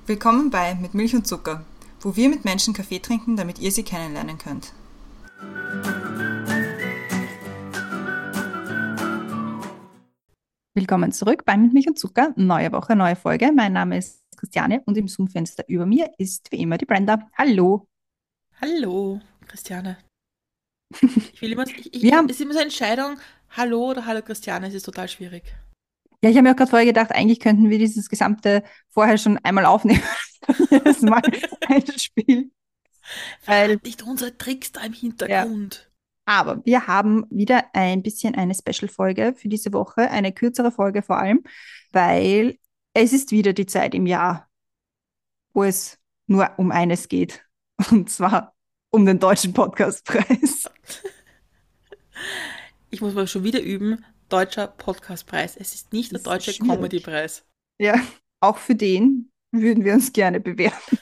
Willkommen bei Mit Milch und Zucker, wo wir mit Menschen Kaffee trinken, damit ihr sie kennenlernen könnt. Willkommen zurück bei Mit Milch und Zucker. Neue Woche, neue Folge. Mein Name ist Christiane und im Zoom-Fenster über mir ist wie immer die Brenda. Hallo. Hallo, Christiane. Ich will immer, Wir es haben, ist immer so eine Entscheidung, Hallo oder Hallo Christiane, es ist total schwierig. ja, ich habe mir auch gerade vorher gedacht, eigentlich könnten wir dieses gesamte vorher schon einmal aufnehmen. Jedes Mal ein Spiel. Weil, Verrat nicht unsere Tricks da im ja, Hintergrund. aber wir haben wieder ein bisschen eine Special-Folge für diese Woche, eine kürzere Folge vor allem, weil es ist wieder die Zeit im Jahr, wo es nur um eines geht. Und zwar um den Deutschen Podcastpreis. Ich muss mal schon wieder üben, Deutscher Podcastpreis. Es ist nicht der Das ist Deutsche schwierig. Comedypreis. Ja, auch für den würden wir uns gerne bewerben.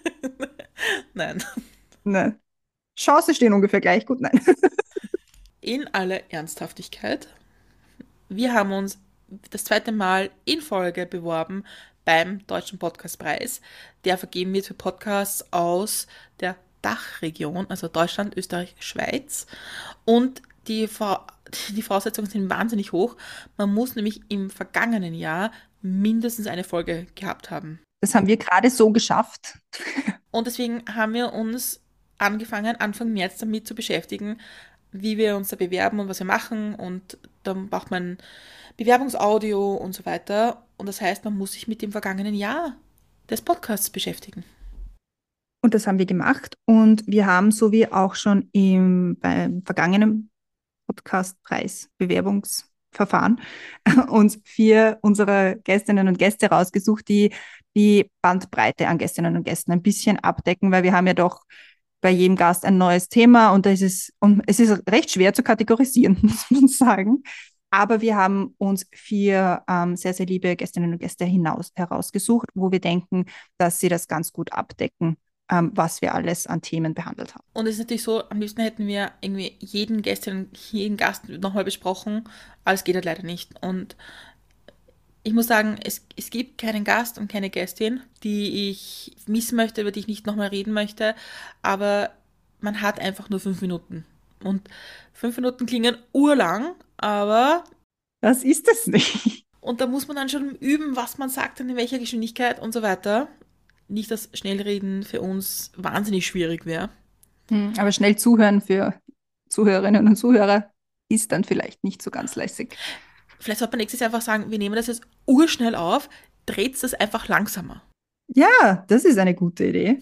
Nein. Ne. Chancen stehen ungefähr gleich gut. Nein. In aller Ernsthaftigkeit, wir haben uns das zweite Mal in Folge beworben beim Deutschen Podcastpreis, der vergeben wird für Podcasts aus der Dachregion, also Deutschland, Österreich, Schweiz. Und die Voraussetzungen sind wahnsinnig hoch. Man muss nämlich im vergangenen Jahr mindestens eine Folge gehabt haben. Das haben wir gerade so geschafft. Und deswegen haben wir uns angefangen, Anfang März damit zu beschäftigen, wie wir uns da bewerben und was wir machen. Und dann braucht man Bewerbungsaudio und so weiter. Und das heißt, man muss sich mit dem vergangenen Jahr des Podcasts beschäftigen. Und das haben wir gemacht. Und wir haben, so wie auch schon beim vergangenen Podcastpreis Bewerbungsverfahren, uns 4 unserer Gästinnen und Gäste rausgesucht, die die Bandbreite an Gästinnen und Gästen ein bisschen abdecken, weil wir haben ja doch bei jedem Gast ein neues Thema und es ist recht schwer zu kategorisieren, muss man sagen. Aber wir haben uns 4 sehr, sehr liebe Gästinnen und Gäste herausgesucht, wo wir denken, dass sie das ganz gut abdecken, was wir alles an Themen behandelt haben. Und es ist natürlich so, am liebsten hätten wir irgendwie jeden Gast nochmal besprochen, aber es geht halt leider nicht. Und ich muss sagen, es gibt keinen Gast und keine Gästin, die ich missen möchte, über die ich nicht nochmal reden möchte, aber man hat einfach nur 5 Minuten. Und 5 Minuten klingen urlang, aber Das ist es nicht. und da muss man dann schon üben, was man sagt und in welcher Geschwindigkeit und so weiter. Nicht, dass Schnellreden für uns wahnsinnig schwierig wäre. Aber schnell zuhören für Zuhörerinnen und Zuhörer ist dann vielleicht nicht so ganz lässig. Vielleicht sollte man nächstes Jahr einfach sagen, wir nehmen das jetzt urschnell auf, dreht das einfach langsamer. Ja, das ist eine gute Idee.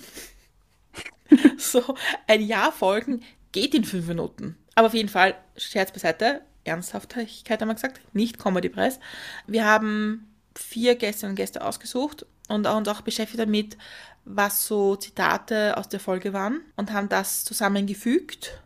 So, ein Jahr folgen geht in 5 Minuten. Aber auf jeden Fall, Scherz beiseite, Ernsthaftigkeit haben wir gesagt, nicht Comedy-Preis. Wir haben 4 Gästinnen und Gäste ausgesucht und uns auch beschäftigt damit, was so Zitate aus der Folge waren und haben das zusammengefügt.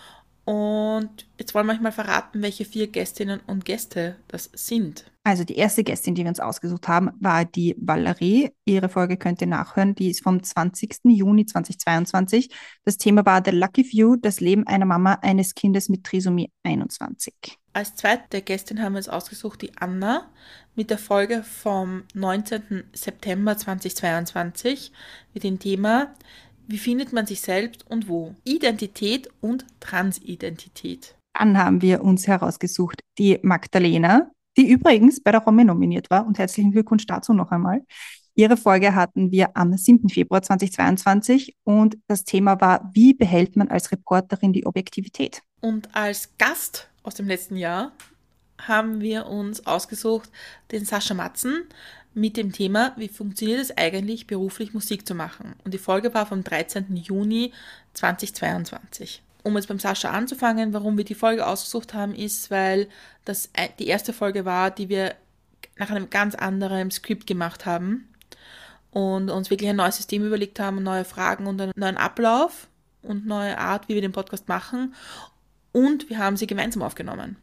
Und jetzt wollen wir euch mal verraten, welche 4 Gästinnen und Gäste das sind. Also die erste Gästin, die wir uns ausgesucht haben, war die Valerie. Ihre Folge könnt ihr nachhören. Die ist vom 20. Juni 2022. Das Thema war The Lucky Few, das Leben einer Mama eines Kindes mit Trisomie 21. Als zweite Gästin haben wir uns ausgesucht die Anna mit der Folge vom 19. September 2022 mit dem Thema Wie findet man sich selbst und wo? Identität und Transidentität. Dann haben wir uns herausgesucht die Magdalena, die übrigens bei der Romy nominiert war. Und herzlichen Glückwunsch dazu noch einmal. Ihre Folge hatten wir am 7. Februar 2022 und das Thema war, wie behält man als Reporterin die Objektivität? Und als Gast aus dem letzten Jahr haben wir uns ausgesucht den Sascha Matzen mit dem Thema, wie funktioniert es eigentlich, beruflich Musik zu machen. Und die Folge war vom 13. Juni 2022. Um jetzt beim Sascha anzufangen, warum wir die Folge ausgesucht haben, ist, weil das die erste Folge war, die wir nach einem ganz anderen Skript gemacht haben und uns wirklich ein neues System überlegt haben, neue Fragen und einen neuen Ablauf und neue Art, wie wir den Podcast machen. Und wir haben sie gemeinsam aufgenommen.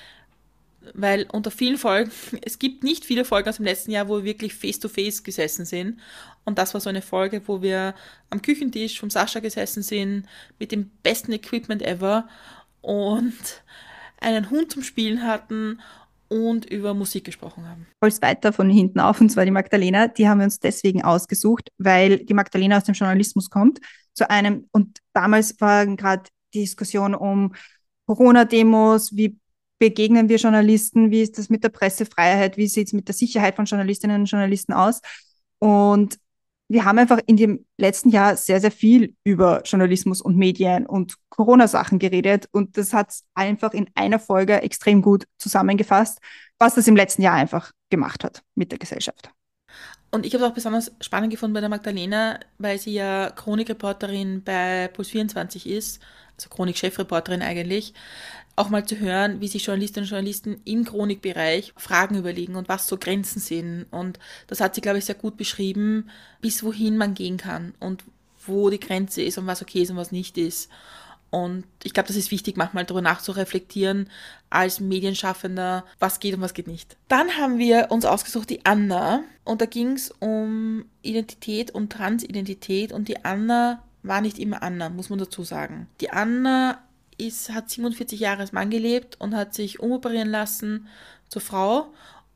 Weil unter vielen Folgen, es gibt nicht viele Folgen aus dem letzten Jahr, wo wir wirklich face-to-face gesessen sind. Und das war so eine Folge, wo wir am Küchentisch vom Sascha gesessen sind, mit dem besten Equipment ever und einen Hund zum Spielen hatten und über Musik gesprochen haben. Holst weiter von hinten auf, und zwar die Magdalena. Die haben wir uns deswegen ausgesucht, weil die Magdalena aus dem Journalismus kommt. Und damals war gerade die Diskussion um Corona-Demos, wie begegnen wir Journalisten, wie ist das mit der Pressefreiheit, wie sieht es mit der Sicherheit von Journalistinnen und Journalisten aus. Und wir haben einfach in dem letzten Jahr sehr, sehr viel über Journalismus und Medien und Corona-Sachen geredet. Und das hat einfach in einer Folge extrem gut zusammengefasst, was das im letzten Jahr einfach gemacht hat mit der Gesellschaft. Und ich habe es auch besonders spannend gefunden bei der Magdalena, weil sie ja Chronikreporterin bei Puls24 ist, also Chronik-Chefreporterin eigentlich, auch mal zu hören, wie sich Journalistinnen und Journalisten im Chronikbereich Fragen überlegen und was so Grenzen sind. Und das hat sie, glaube ich, sehr gut beschrieben, bis wohin man gehen kann und wo die Grenze ist und was okay ist und was nicht ist. Und ich glaube, das ist wichtig, manchmal darüber nachzureflektieren als Medienschaffender, was geht und was geht nicht. Dann haben wir uns ausgesucht die Anna und da ging es um Identität und Transidentität und die Anna war nicht immer Anna, muss man dazu sagen. Die Anna hat 47 Jahre als Mann gelebt und hat sich umoperieren lassen zur Frau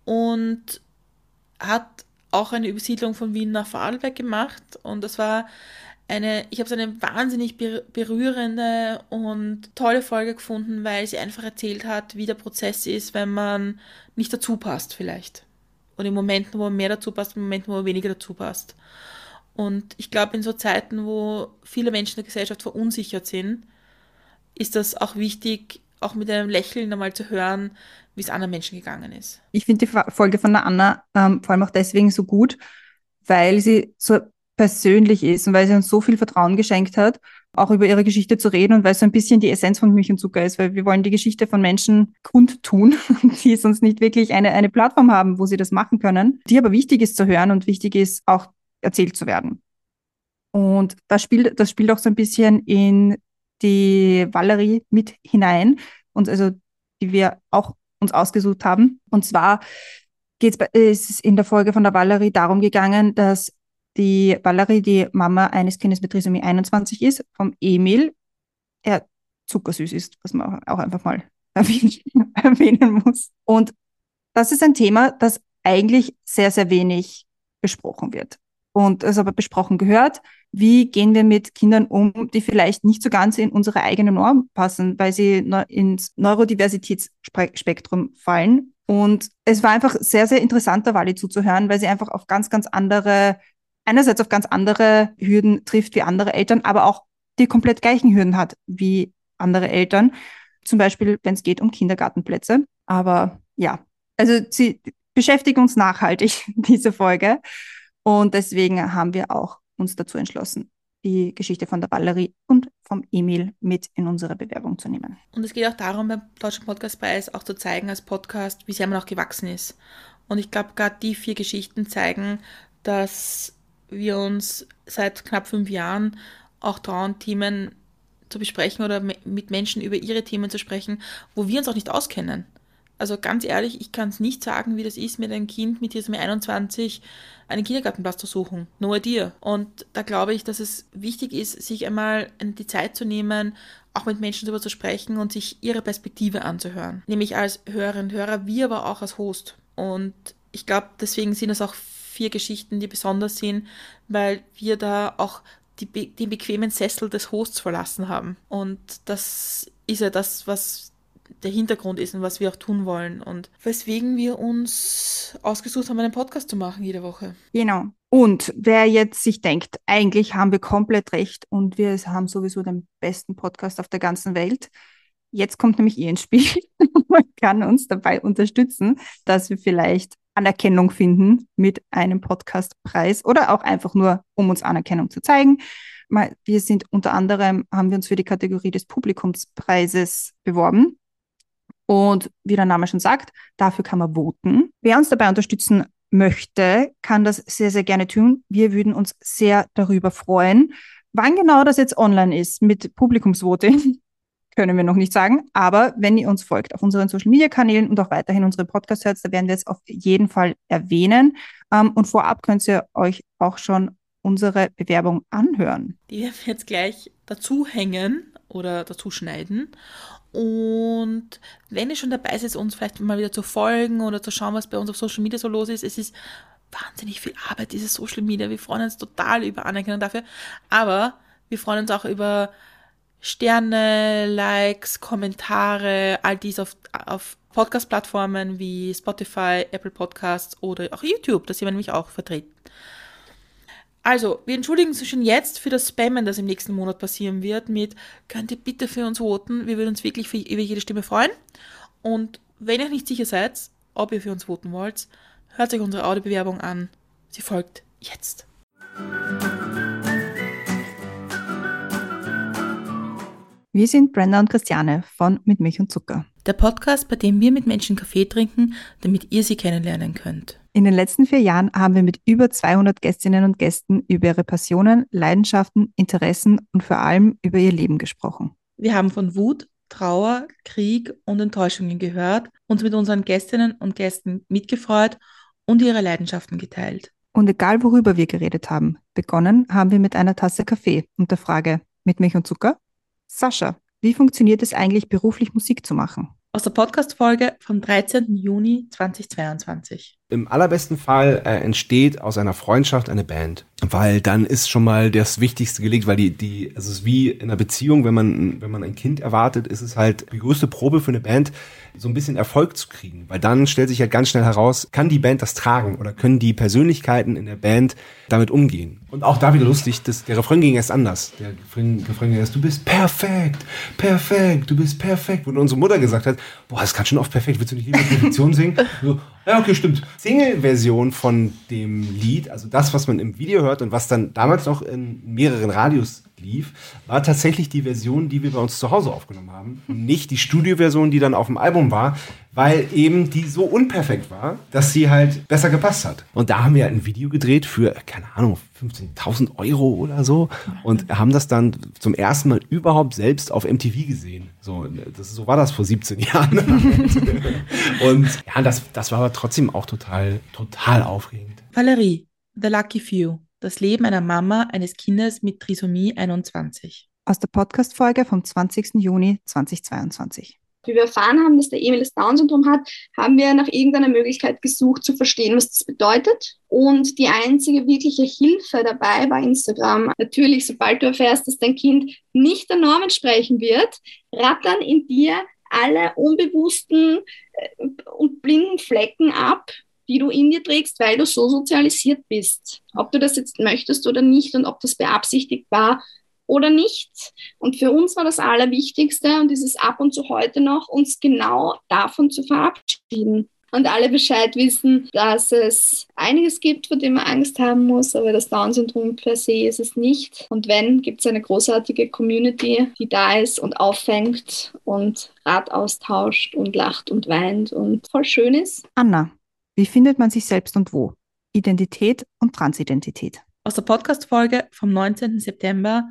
und hat auch eine Übersiedlung von Wien nach Vorarlberg gemacht und das war ich habe es eine wahnsinnig berührende und tolle Folge gefunden, weil sie einfach erzählt hat, wie der Prozess ist, wenn man nicht dazu passt vielleicht. Und in Momenten, wo man mehr dazu passt, in Momenten, wo man weniger dazu passt. Und ich glaube, in so Zeiten, wo viele Menschen in der Gesellschaft verunsichert sind, ist das auch wichtig, auch mit einem Lächeln einmal zu hören, wie es anderen Menschen gegangen ist. Ich finde die Folge von der Anna vor allem auch deswegen so gut, weil sie so persönlich ist und weil sie uns so viel Vertrauen geschenkt hat, auch über ihre Geschichte zu reden und weil es so ein bisschen die Essenz von Milch und Zucker ist, weil wir wollen die Geschichte von Menschen kundtun, die sonst nicht wirklich eine Plattform haben, wo sie das machen können, die aber wichtig ist zu hören und wichtig ist auch erzählt zu werden. Und das spielt auch so ein bisschen in die Valerie mit hinein, und also die wir auch uns ausgesucht haben. Und zwar ist es in der Folge von der Valerie darum gegangen, dass die Valerie die Mama eines Kindes mit Trisomie 21 ist, vom Emil, der zuckersüß ist, was man auch einfach mal erwähnen muss. Und das ist ein Thema, das eigentlich sehr, sehr wenig besprochen wird. Und es aber besprochen gehört, wie gehen wir mit Kindern um, die vielleicht nicht so ganz in unsere eigene Norm passen, weil sie ins Neurodiversitätsspektrum fallen. Und es war einfach sehr, sehr interessant, der Wally zuzuhören, weil sie einfach auf ganz, ganz einerseits auf ganz andere Hürden trifft wie andere Eltern, aber auch die komplett gleichen Hürden hat wie andere Eltern. Zum Beispiel, wenn es geht um Kindergartenplätze. Aber ja, also sie beschäftigen uns nachhaltig, diese Folge. Und deswegen haben wir auch uns dazu entschlossen, die Geschichte von der Valerie und vom Emil mit in unsere Bewerbung zu nehmen. Und es geht auch darum, beim Deutschen Podcastpreis auch zu zeigen als Podcast, wie sehr man auch gewachsen ist. Und ich glaube, gerade die 4 Geschichten zeigen, dass wir uns seit knapp 5 Jahren auch trauen, Themen zu besprechen oder mit Menschen über ihre Themen zu sprechen, wo wir uns auch nicht auskennen. Also ganz ehrlich, ich kann es nicht sagen, wie das ist, mit einem Kind mit Trisomie 21 einen Kindergartenplatz zu suchen. No idea. Und da glaube ich, dass es wichtig ist, sich einmal die Zeit zu nehmen, auch mit Menschen darüber zu sprechen und sich ihre Perspektive anzuhören. Nämlich als Hörerinnen und Hörer, wie aber auch als Host. Und ich glaube, deswegen sind es auch 4 Geschichten, die besonders sind, weil wir da auch den bequemen Sessel des Hosts verlassen haben. Und das ist ja das, was der Hintergrund ist und was wir auch tun wollen und weswegen wir uns ausgesucht haben, einen Podcast zu machen jede Woche. Genau. Und wer jetzt sich denkt, eigentlich haben wir komplett recht und wir haben sowieso den besten Podcast auf der ganzen Welt. Jetzt kommt nämlich ihr ins Spiel. Man kann uns dabei unterstützen, dass wir vielleicht Anerkennung finden mit einem Podcastpreis oder auch einfach nur, um uns Anerkennung zu zeigen. Wir sind unter anderem, haben wir uns für die Kategorie des Publikumspreises beworben. Und wie der Name schon sagt, dafür kann man voten. Wer uns dabei unterstützen möchte, kann das sehr, sehr gerne tun. Wir würden uns sehr darüber freuen. Wann genau das jetzt online ist mit Publikumsvoting, können wir noch nicht sagen. Aber wenn ihr uns folgt auf unseren Social-Media-Kanälen und auch weiterhin unsere Podcasts hört, da werden wir es auf jeden Fall erwähnen. Und vorab könnt ihr euch auch schon unsere Bewerbung anhören. Die werden wir jetzt gleich dazu hängen oder dazu schneiden. Und wenn ihr schon dabei seid, uns vielleicht mal wieder zu folgen oder zu schauen, was bei uns auf Social Media so los ist, es ist wahnsinnig viel Arbeit, dieses Social Media. Wir freuen uns total über Anerkennung dafür, aber wir freuen uns auch über Sterne, Likes, Kommentare, all dies auf Podcast-Plattformen wie Spotify, Apple Podcasts oder auch YouTube, das sind wir nämlich auch vertreten. Also, wir entschuldigen uns schon jetzt für das Spammen, das im nächsten Monat passieren wird, mit könnt ihr bitte für uns voten, wir würden uns wirklich über jede Stimme freuen. Und wenn ihr nicht sicher seid, ob ihr für uns voten wollt, hört euch unsere Audiobewerbung an. Sie folgt jetzt. Wir sind Brenda und Christiane von Mit Milch und Zucker. Der Podcast, bei dem wir mit Menschen Kaffee trinken, damit ihr sie kennenlernen könnt. In den letzten 4 Jahren haben wir mit über 200 Gästinnen und Gästen über ihre Passionen, Leidenschaften, Interessen und vor allem über ihr Leben gesprochen. Wir haben von Wut, Trauer, Krieg und Enttäuschungen gehört, uns mit unseren Gästinnen und Gästen mitgefreut und ihre Leidenschaften geteilt. Und egal worüber wir geredet haben, begonnen haben wir mit einer Tasse Kaffee und der Frage, mit Milch und Zucker? Sascha, wie funktioniert es eigentlich, beruflich Musik zu machen? Aus der Podcast-Folge vom 13. Juni 2022. Im allerbesten Fall entsteht aus einer Freundschaft eine Band, weil dann ist schon mal das Wichtigste gelegt, weil also es ist wie in einer Beziehung, wenn man ein Kind erwartet, ist es halt die größte Probe für eine Band, so ein bisschen Erfolg zu kriegen, weil dann stellt sich ja ganz schnell heraus, kann die Band das tragen oder können die Persönlichkeiten in der Band damit umgehen? Und auch da wieder lustig, der Refrain ging erst anders. Der Refrain ging erst, du bist perfekt, perfekt, du bist perfekt. Wo unsere Mutter gesagt hat, boah, das kann schon oft perfekt, willst du nicht lieber Perfektion singen? So, ja, okay, stimmt. Single-Version von dem Lied, also das, was man im Video hört und was dann damals noch in mehreren Radios lief, war tatsächlich die Version, die wir bei uns zu Hause aufgenommen haben. Und nicht die Studioversion, die dann auf dem Album war, weil eben die so unperfekt war, dass sie halt besser gepasst hat. Und da haben wir halt ein Video gedreht für, keine Ahnung, 15.000 € oder so und haben das dann zum ersten Mal überhaupt selbst auf MTV gesehen. So war das vor 17 Jahren. Und ja, das war aber trotzdem auch total aufregend. Valerie, The Lucky Few. Das Leben einer Mama eines Kindes mit Trisomie 21. Aus der Podcast-Folge vom 20. Juni 2022. Wie wir erfahren haben, dass der Emil das Down-Syndrom hat, haben wir nach irgendeiner Möglichkeit gesucht, zu verstehen, was das bedeutet. Und die einzige wirkliche Hilfe dabei war Instagram. Natürlich, sobald du erfährst, dass dein Kind nicht der Norm entsprechen wird, rattern in dir alle unbewussten und blinden Flecken ab, die du in dir trägst, weil du so sozialisiert bist. Ob du das jetzt möchtest oder nicht und ob das beabsichtigt war oder nicht. Und für uns war das Allerwichtigste, und das ist ab und zu heute noch, uns genau davon zu verabschieden. Und alle Bescheid wissen, dass es einiges gibt, vor dem man Angst haben muss, aber das Down-Syndrom per se ist es nicht. Und wenn, gibt es eine großartige Community, die da ist und auffängt und Rat austauscht und lacht und weint und voll schön ist. Anna, wie findet man sich selbst und wo? Identität und Transidentität. Aus der Podcast-Folge vom 19. September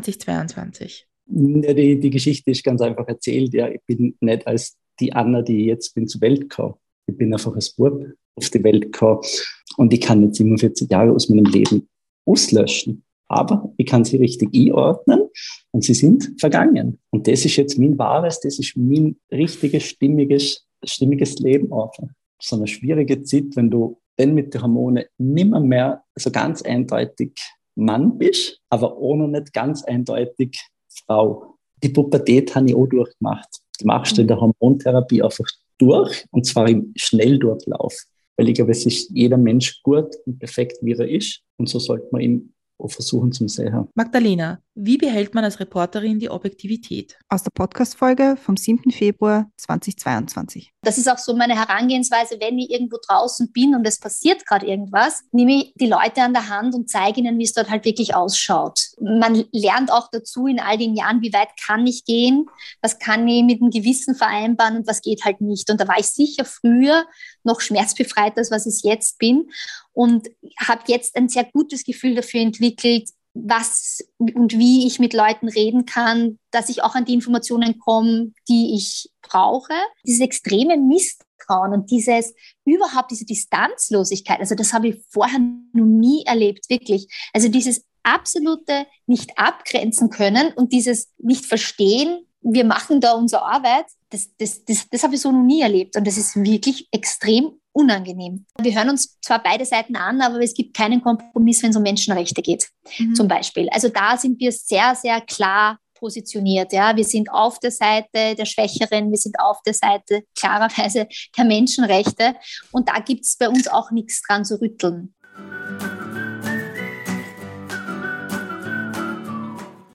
2022. Die Geschichte ist ganz einfach erzählt. Ja, ich bin nicht als die Anna, die ich jetzt bin, zur Welt gekommen. Ich bin einfach als Bub auf die Welt gekommen und ich kann nicht 47 Jahre aus meinem Leben auslöschen. Aber ich kann sie richtig einordnen und sie sind vergangen. Und das ist jetzt mein wahres, das ist mein richtiges, stimmiges Leben einfach. So eine schwierige Zeit, wenn du dann mit den Hormonen nimmer mehr so ganz eindeutig Mann bist, aber auch noch nicht ganz eindeutig Frau. Die Pubertät habe ich auch durchgemacht. Die machst du in der Hormontherapie einfach durch, und zwar im Schnelldurchlauf. Weil ich glaube, es ist jeder Mensch gut und perfekt, wie er ist, und so sollte man ihn auch versuchen zu sehen. Magdalena, wie behält man als Reporterin die Objektivität? Aus der Podcast-Folge vom 7. Februar 2022. Das ist auch so meine Herangehensweise, wenn ich irgendwo draußen bin und es passiert gerade irgendwas, nehme ich die Leute an der Hand und zeige ihnen, wie es dort halt wirklich ausschaut. Man lernt auch dazu in all den Jahren, wie weit kann ich gehen, was kann ich mit dem Gewissen vereinbaren und was geht halt nicht. Und da war ich sicher früher noch schmerzbefreiter, als was ich jetzt bin, und habe jetzt ein sehr gutes Gefühl dafür entwickelt, was und wie ich mit Leuten reden kann, dass ich auch an die Informationen komme, die ich brauche. Dieses extreme Misstrauen und diese Distanzlosigkeit, also das habe ich vorher noch nie erlebt, wirklich. Also dieses absolute nicht abgrenzen können und dieses nicht verstehen, wir machen da unsere Arbeit, das habe ich so noch nie erlebt und das ist wirklich extrem unangenehm. Wir hören uns zwar beide Seiten an, aber es gibt keinen Kompromiss, wenn es um Menschenrechte geht, zum Beispiel. Also da sind wir sehr, sehr klar positioniert. Ja? Wir sind auf der Seite der Schwächeren, wir sind auf der Seite klarerweise der Menschenrechte und da gibt es bei uns auch nichts dran zu rütteln.